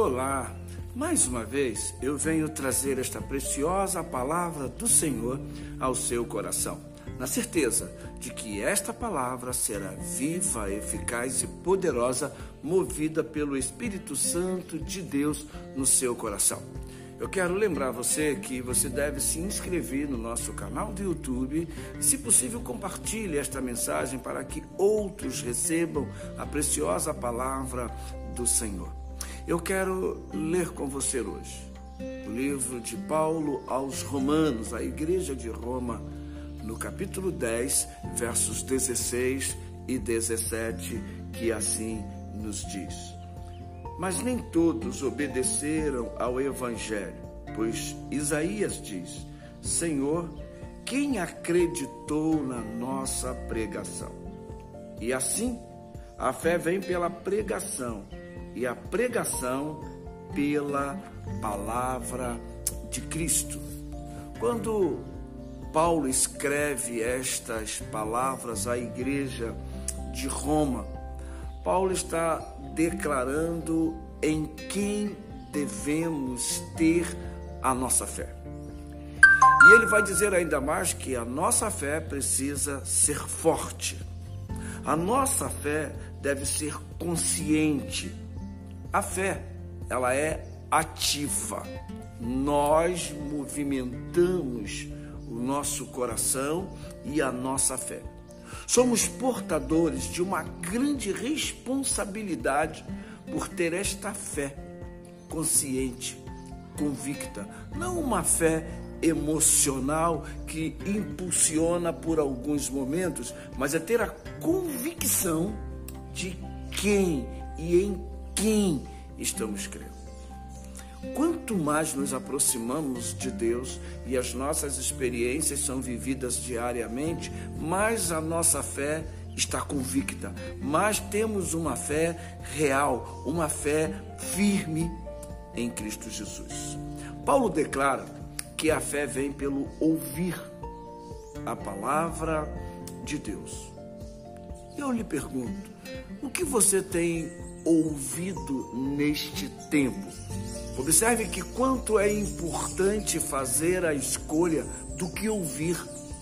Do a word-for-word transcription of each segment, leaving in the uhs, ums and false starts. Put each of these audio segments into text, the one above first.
Olá! Mais uma vez eu venho trazer esta preciosa palavra do Senhor ao seu coração, na certeza de que esta palavra será viva, eficaz e poderosa, movida pelo Espírito Santo de Deus no seu coração. Eu quero lembrar você que você deve se inscrever no nosso canal do YouTube e, se possível, compartilhe esta mensagem para que outros recebam a preciosa palavra do Senhor. Eu quero ler com você hoje o livro de Paulo aos Romanos, a Igreja de Roma, no capítulo dez, versos dezesseis e dezessete, que assim nos diz: Mas nem todos obedeceram ao Evangelho, pois Isaías diz: Senhor, quem acreditou na nossa pregação? E assim, a fé vem pela pregação, e a pregação pela palavra de Cristo. Quando Paulo escreve estas palavras à igreja de Roma, Paulo está declarando em quem devemos ter a nossa fé. E ele vai dizer ainda mais que a nossa fé precisa ser forte. A nossa fé deve ser consciente. A fé, ela é ativa. Nós movimentamos o nosso coração e a nossa fé. Somos portadores de uma grande responsabilidade por ter esta fé consciente, convicta, não uma fé emocional que impulsiona por alguns momentos, mas é ter a convicção de quem e em quem estamos crendo. Quanto mais nos aproximamos de Deus e as nossas experiências são vividas diariamente, mais a nossa fé está convicta, mais temos uma fé real, uma fé firme em Cristo Jesus. Paulo declara que a fé vem pelo ouvir a palavra de Deus. Eu lhe pergunto, o que você tem ouvido neste tempo? Observe que quanto é importante fazer a escolha do que ouvir.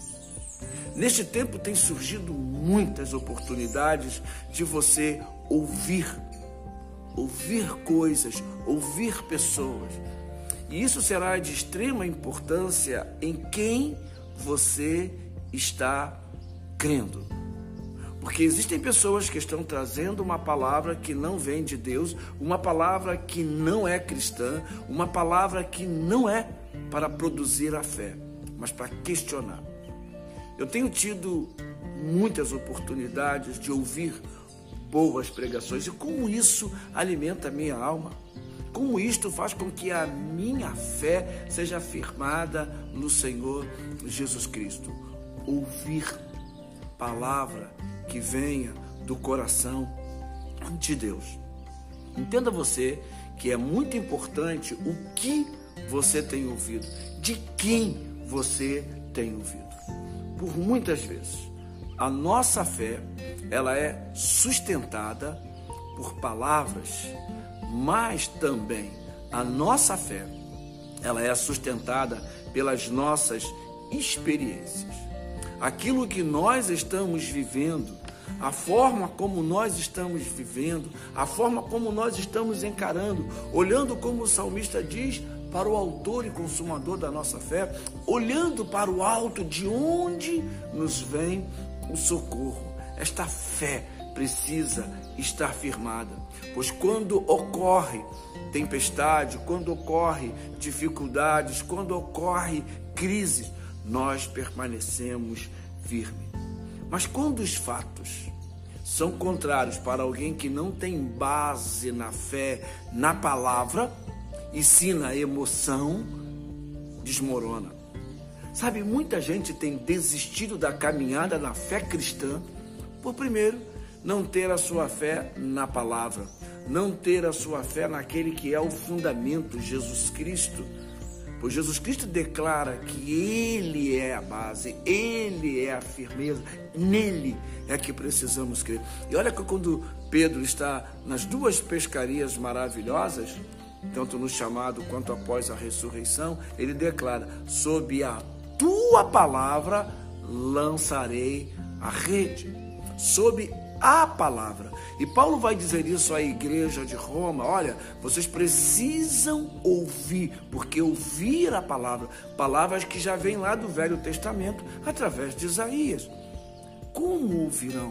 Neste tempo tem surgido muitas oportunidades de você ouvir, ouvir coisas, ouvir pessoas. E isso será de extrema importância em quem você está crendo. Porque existem pessoas que estão trazendo uma palavra que não vem de Deus, uma palavra que não é cristã, uma palavra que não é para produzir a fé, mas para questionar. Eu tenho tido muitas oportunidades de ouvir boas pregações, e como isso alimenta a minha alma, como isto faz com que a minha fé seja firmada no Senhor Jesus Cristo. Ouvir palavra que venha do coração de Deus. Entenda você que é muito importante o que você tem ouvido, de quem você tem ouvido. Por muitas vezes, a nossa fé, ela é sustentada por palavras, mas também a nossa fé, ela é sustentada pelas nossas experiências. Aquilo que nós estamos vivendo, a forma como nós estamos vivendo, a forma como nós estamos encarando, olhando, como o salmista diz, para o autor e consumador da nossa fé, olhando para o alto de onde nos vem o socorro. Esta fé precisa estar firmada, pois quando ocorre tempestade, quando ocorre dificuldades, quando ocorre crise, nós permanecemos firmes. Mas quando os fatos são contrários para alguém que não tem base na fé, na palavra, e sim na emoção, desmorona. Sabe, muita gente tem desistido da caminhada na fé cristã por, primeiro, não ter a sua fé na palavra, não ter a sua fé naquele que é o fundamento, Jesus Cristo. Pois Jesus Cristo declara que Ele é a base, Ele é a firmeza, nele é que precisamos crer. E olha que quando Pedro está nas duas pescarias maravilhosas, tanto no chamado quanto após a ressurreição, ele declara: sob a tua palavra lançarei a rede. Sob a palavra. E Paulo vai dizer isso à igreja de Roma: olha, vocês precisam ouvir, porque ouvir a palavra, palavras que já vêm lá do Velho Testamento, através de Isaías. Como ouvirão?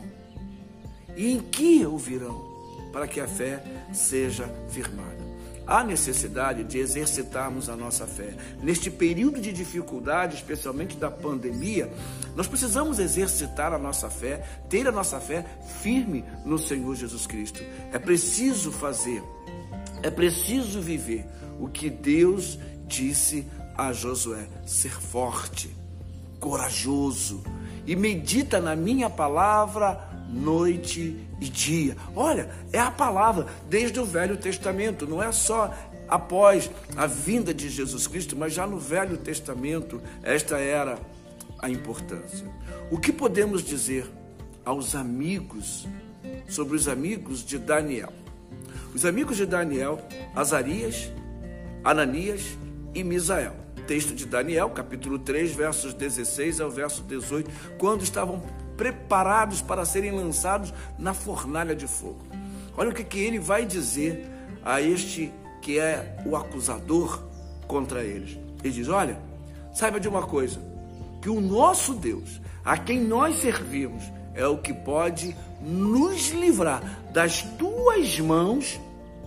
E em que ouvirão? Para que a fé seja firmada. Há necessidade de exercitarmos a nossa fé. Neste período de dificuldade, especialmente da pandemia, nós precisamos exercitar a nossa fé, ter a nossa fé firme no Senhor Jesus Cristo. É preciso fazer, é preciso viver o que Deus disse a Josué: ser forte, corajoso, e medita na minha palavra noite e dia. Olha, é a palavra desde o Velho Testamento, não é só após a vinda de Jesus Cristo, mas já no Velho Testamento esta era a importância. O que podemos dizer aos amigos, sobre os amigos de Daniel? Os amigos de Daniel: Azarias, Ananias e Misael. Texto de Daniel, capítulo três, versos dezesseis ao verso dezoito, quando estavam preparados para serem lançados na fornalha de fogo. Olha o que, que ele vai dizer a este que é o acusador contra eles. Ele diz: olha, saiba de uma coisa, que o nosso Deus, a quem nós servimos, é o que pode nos livrar das tuas mãos,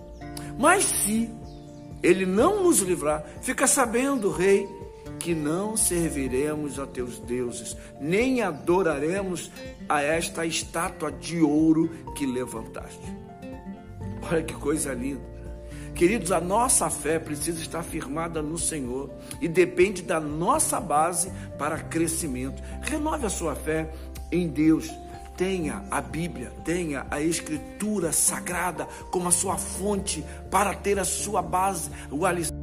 mas se ele não nos livrar, fica sabendo, rei, que não serviremos a teus deuses, nem adoraremos a esta estátua de ouro que levantaste. Olha que coisa linda. Queridos, a nossa fé precisa estar firmada no Senhor e depende da nossa base para crescimento. Renove a sua fé em Deus. Tenha a Bíblia, tenha a Escritura Sagrada como a sua fonte para ter a sua base, o alicerce.